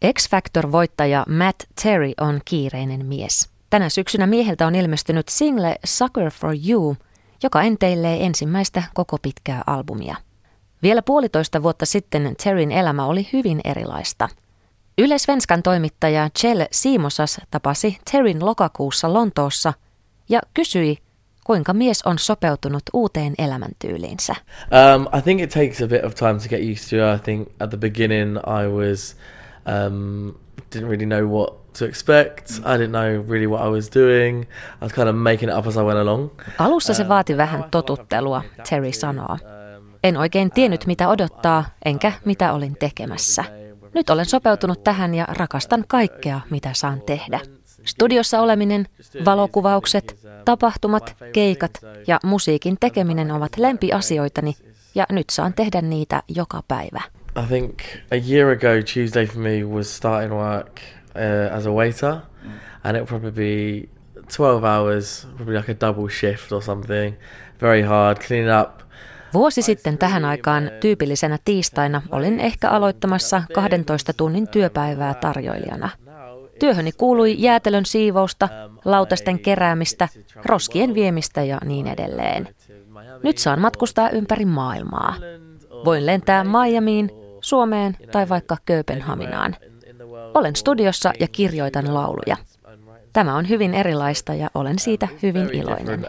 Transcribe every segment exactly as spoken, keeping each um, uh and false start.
X-Factor-voittaja Matt Terry on kiireinen mies. Tänä syksynä mieheltä on ilmestynyt single Sucker for You, joka enteilee ensimmäistä koko pitkää albumia. Vielä puolitoista vuotta sitten Terryn elämä oli hyvin erilaista. Yle Svenskan toimittaja Kjell Simosas tapasi Terryn lokakuussa Lontoossa ja kysyi, kuinka mies on sopeutunut uuteen elämäntyyliinsä. Um, I think it takes a bit of time to get used to. I think at the beginning I was um, didn't really know what to expect. I didn't know really what I was doing. I was kind of making it up as I went along. Alussa se vaati vähän totuttelua, Terry sanoo. En oikein tiennyt, mitä odottaa, enkä mitä olin tekemässä. Nyt olen sopeutunut tähän ja rakastan kaikkea, mitä saan tehdä. Studiossa oleminen, valokuvaukset, tapahtumat, keikat ja musiikin tekeminen ovat lempiasioitani ja nyt saan tehdä niitä joka päivä. I think a year ago Tuesday for me was starting work uh, as a waiter and it would probably be twelve hours, probably like a double shift or something, very hard, cleaning up. Vuosi sitten tähän aikaan tyypillisenä tiistaina olin ehkä aloittamassa kahdentoista tunnin työpäivää tarjoilijana. Työhöni kuului jäätelön siivousta, lautasten keräämistä, roskien viemistä ja niin edelleen. Nyt saan matkustaa ympäri maailmaa. Voin lentää Miamiin, Suomeen tai vaikka Kööpenhaminaan. Olen studiossa ja kirjoitan lauluja. Tämä on hyvin erilaista ja olen siitä hyvin iloinen.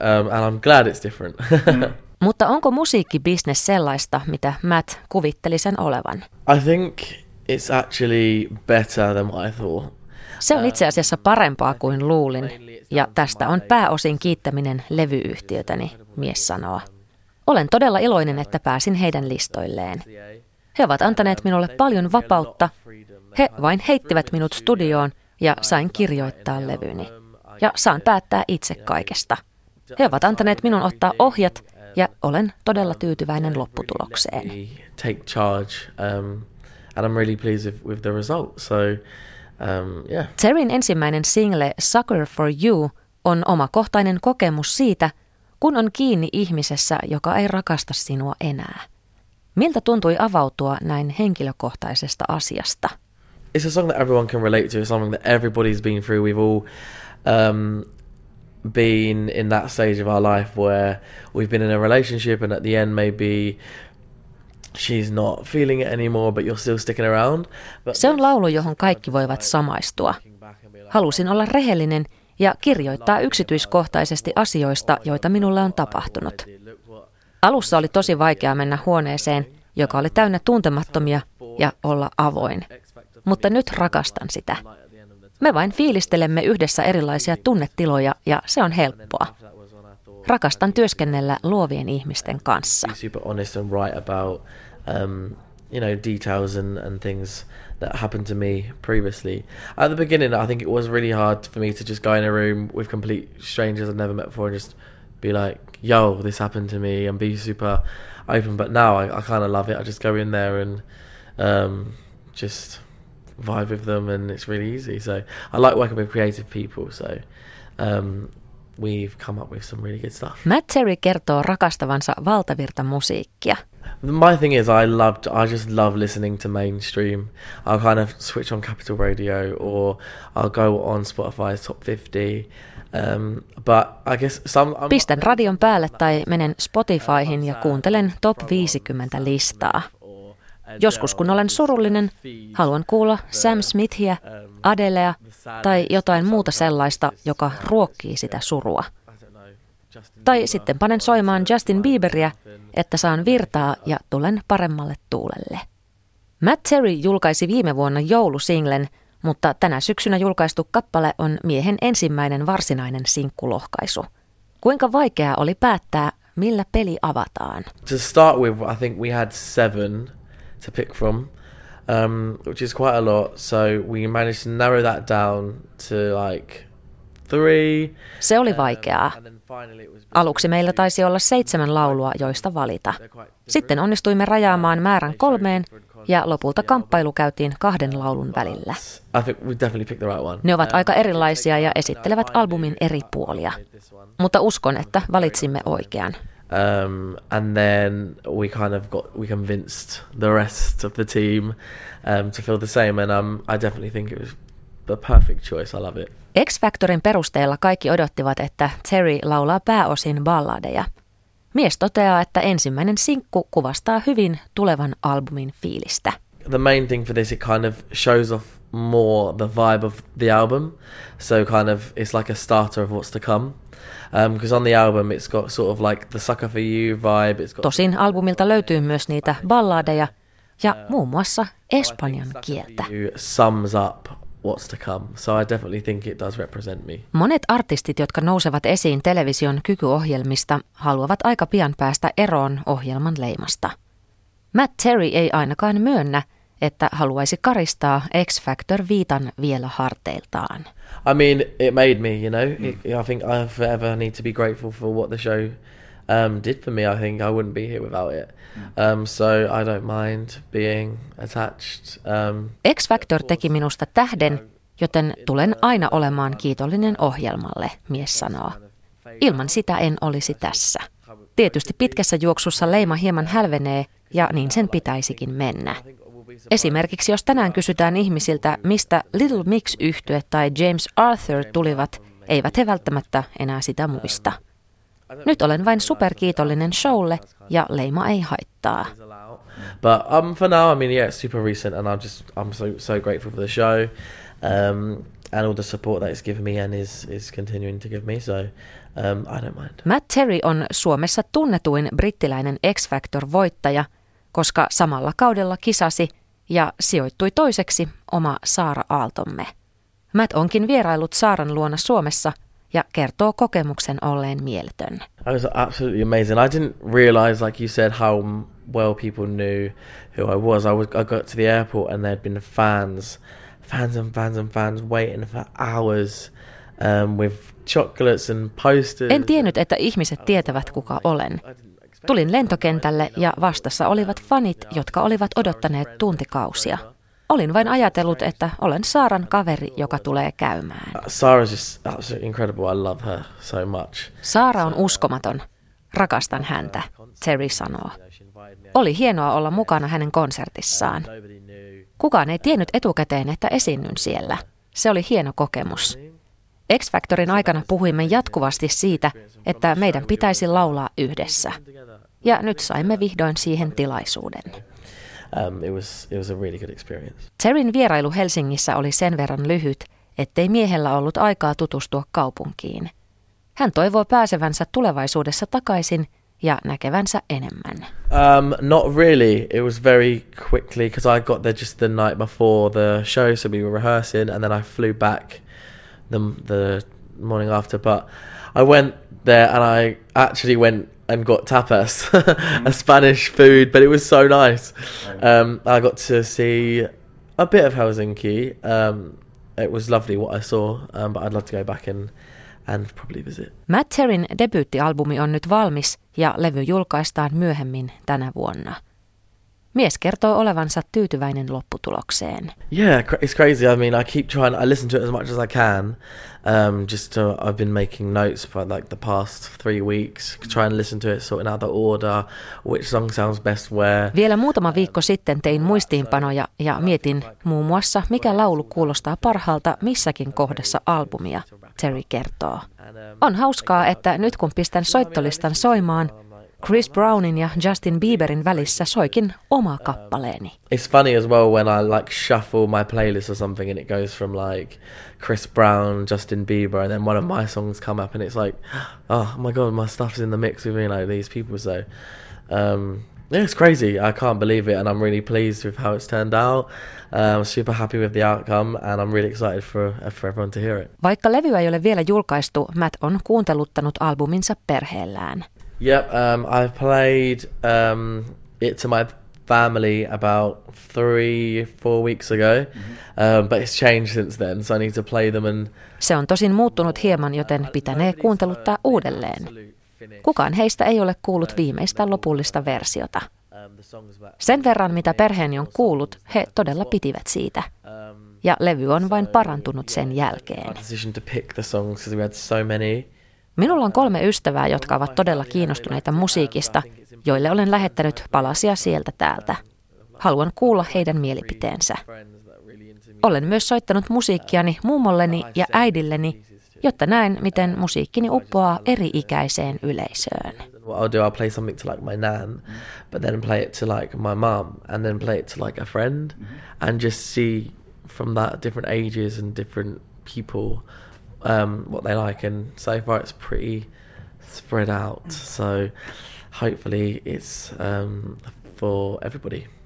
Mutta onko musiikkibisnes sellaista, mitä Matt kuvitteli sen olevan? I think it's actually better than what I thought. Se on itse asiassa parempaa kuin luulin, ja tästä on pääosin kiittäminen levyyhtiötäni, mies sanoo. Olen todella iloinen, että pääsin heidän listoilleen. He ovat antaneet minulle paljon vapautta. He vain heittivät minut studioon ja sain kirjoittaa levyni. Ja saan päättää itse kaikesta. He ovat antaneet minun ottaa ohjat ja olen todella tyytyväinen lopputulokseen. Take charge, um, and I'm really pleased with, with the result. So, um, yeah. Terryn ensimmäinen single Sucker for You on omakohtainen kokemus siitä, kun on kiinni ihmisessä, joka ei rakasta sinua enää. Miltä tuntui avautua näin henkilökohtaisesta asiasta? It's a song that everyone can relate to. It's something that everybody's been through. We've all um, been in that stage of our life where we've been in a relationship and at the end maybe she's not feeling it anymore, but you're still sticking around. But se on laulu, johon kaikki voivat samaistua. Halusin olla rehellinen ja kirjoittaa yksityiskohtaisesti asioista, joita minulle on tapahtunut. Alussa oli tosi vaikea mennä huoneeseen, joka oli täynnä tuntemattomia, ja olla avoin. Mutta nyt rakastan sitä. Me vain fiilistelemme yhdessä erilaisia tunnetiloja, ja se on helppoa. Rakastan työskennellä luovien ihmisten kanssa. You know, details and, and things that happened to me previously. At the beginning, I think it was really hard for me to just go in a room with complete strangers I'd never met before and just be like, yo, this happened to me, and be super open. But now I, I kind of love it. I just go in there and um, just vibe with them, and it's really easy. So I like working with creative people, so um, we've come up with some really good stuff. Matt Terry kertoo rakastavansa valtavirtamusiikkia. My thing is, I loved. I just love listening to mainstream. I'll kind of switch on Capital Radio, or I'll go on Spotify's Top fifty. Um, but I guess some. I'm, Pistän radion päälle tai menen Spotifyhin ja kuuntelen Top viisikymmentä listaa. Joskus kun olen surullinen, haluan kuulla Sam Smithia, Adelea tai jotain muuta sellaista, joka ruokkii sitä surua. Tai sitten panen soimaan Justin Bieberia, että saan virtaa ja tulen paremmalle tuulelle. Matt Terry julkaisi viime vuonna joulusinglen, mutta tänä syksynä julkaistu kappale on miehen ensimmäinen varsinainen sinkkulohkaisu. Kuinka vaikeaa oli päättää, millä peli avataan? To start with, I think we had seven to pick from, um, which is quite a lot. So we managed to narrow that down to like three. Se oli vaikeaa. Aluksi meillä taisi olla seitsemän laulua, joista valita. Sitten onnistuimme rajaamaan määrän kolmeen ja lopulta kamppailu käytiin kahden laulun välillä. Ne ovat aika erilaisia ja esittelevät albumin eri puolia. Mutta uskon, että valitsimme oikean. Um, and then we kind of got, we convinced the rest of the team um, to feel the same. And um, I definitely think it was the perfect choice. I love it. X-Factorin perusteella kaikki odottivat, että Terry laulaa pääosin balladeja. Mies toteaa, että ensimmäinen sinkku kuvastaa hyvin tulevan albumin fiilistä. The main thing for this, it kind of shows off more the vibe of the album. So kind of it's like a starter of what's to come. Because um, on the album it's got sort of like the Sucker for You vibe. It's got... Tosin albumilta löytyy myös niitä balladeja ja muun muassa espanjan kieltä. Sums up what's to come. So I definitely think it does represent me. Monet artistit, jotka nousevat esiin television kykyohjelmista, haluavat aika pian päästä eroon ohjelman leimasta. Matt Terry ei ainakaan myönnä, että haluaisi karistaa X-Factor-viitan vielä harteiltaan. I mean, it made me, you know. It, I think I forever need to be grateful for what the show um, did for me. I think I wouldn't be here without it. Um, so I don't mind being attached. Um, X-Factor teki minusta tähden, joten tulen aina olemaan kiitollinen ohjelmalle, mies sanoo. Ilman sitä en olisi tässä. Tietysti pitkässä juoksussa leima hieman hälvenee, ja niin sen pitäisikin mennä. Esimerkiksi jos tänään kysytään ihmisiltä, mistä Little Mix-yhtye tai James Arthur tulivat, eivät he välttämättä enää sitä muista. Nyt olen vain superkiitollinen showlle ja leima ei haittaa. But um, for now, I mean, yeah, it's super recent, and I'm just I'm so so grateful for the show, um, and all the support that it's given me and is is continuing to give me. So um, I don't mind. Matt Terry on Suomessa tunnetuin brittiläinen X-Factor-voittaja, koska samalla kaudella kisasi ja sijoittui toiseksi oma Saara Aaltomme. Matt onkin vieraillut Saaran luona Suomessa ja kertoo kokemuksen olleen mieletön. It was absolutely amazing. I didn't realize, like you said, how well people knew who I was. I was I got to the airport and there'd been fans, fans and fans and fans waiting for hours um, with chocolates and posters. En tiennyt, että ihmiset tietävät, kuka olen. Tulin lentokentälle ja vastassa olivat fanit, jotka olivat odottaneet tuntikausia. Olin vain ajatellut, että olen Saaran kaveri, joka tulee käymään. Sarah's just absolutely incredible. I love her so much. Saara on uskomaton. Rakastan häntä, Terry sanoo. Oli hienoa olla mukana hänen konsertissaan. Kukaan ei tiennyt etukäteen, että esiinnyn siellä. Se oli hieno kokemus. X-Factorin aikana puhuimme jatkuvasti siitä, että meidän pitäisi laulaa yhdessä. Ja nyt saimme vihdoin siihen tilaisuuden. Um, it was, it was a really good experience. Terryn vierailu Helsingissä oli sen verran lyhyt, ettei miehellä ollut aikaa tutustua kaupunkiin. Hän toivoo pääsevänsä tulevaisuudessa takaisin ja näkevänsä enemmän. Um, not really. It was very quickly because I got there just the night before the show, so we were rehearsing, and then I flew back the the morning after. But I went there and I actually went and got tapas, a Spanish food, but it was so nice. Um, I got to see a bit of Helsinki. Um, it was lovely what I saw, um, but I'd love to go back and and probably visit. Matt Terryn debyyttialbumi on nyt valmis ja levy julkaistaan myöhemmin tänä vuonna. Mies kertoo olevansa tyytyväinen lopputulokseen. Yeah, it's crazy. I mean, I keep trying. I listen to it as much as I can. Um, just to, I've been making notes for like the past three weeks, trying to listen to it, sorting out the order, which song sounds best where. Vielä muutama viikko sitten tein muistiinpanoja ja mietin muun muassa, mikä laulu kuulostaa parhaalta missäkin kohdassa albumia, Terry kertoo. On hauskaa, että nyt kun pistän soittolistan soimaan, Chris Brownin ja Justin Bieberin välissä soikin oma kappaleeni. It's funny as well when I like shuffle my playlist or something and it goes from like Chris Brown, Justin Bieber, and then one of my songs come up and it's like, oh my god, my stuff's in the mix with me, like these people. So um, yeah, it's crazy. I can't believe it, and I'm really pleased with how it's turned out. Uh, I'm super happy with the outcome, and I'm really excited for for everyone to hear it. Vaikka levyä ei ole vielä julkaistu, Matt on kuunteluttanut albuminsa perheellään. Yep, um, I've played um, it to my family about three, four weeks ago, mm-hmm. um, but it's changed since then, so I need to play them. And se on tosin muuttunut hieman, joten pitänee kuunteluttaa uudelleen. Kukaan heistä ei ole kuullut viimeistä lopullista versiota. Sen verran, mitä perheeni on kuullut, he todella pitivät siitä. Ja levy on vain parantunut sen jälkeen. Minulla on kolme ystävää, jotka ovat todella kiinnostuneita musiikista, joille olen lähettänyt palasia sieltä täältä. Haluan kuulla heidän mielipiteensä. Olen myös soittanut musiikkiani mummolleni ja äidilleni, jotta näen, miten musiikkini uppoaa eri-ikäiseen yleisöön. What I'll do, I'll play something to like my nan, but then play it to like my mum, and then play it to like a friend, and just see from that different ages and different people um, what they like. And so far, it's pretty spread out. So hopefully, it's um, for everybody.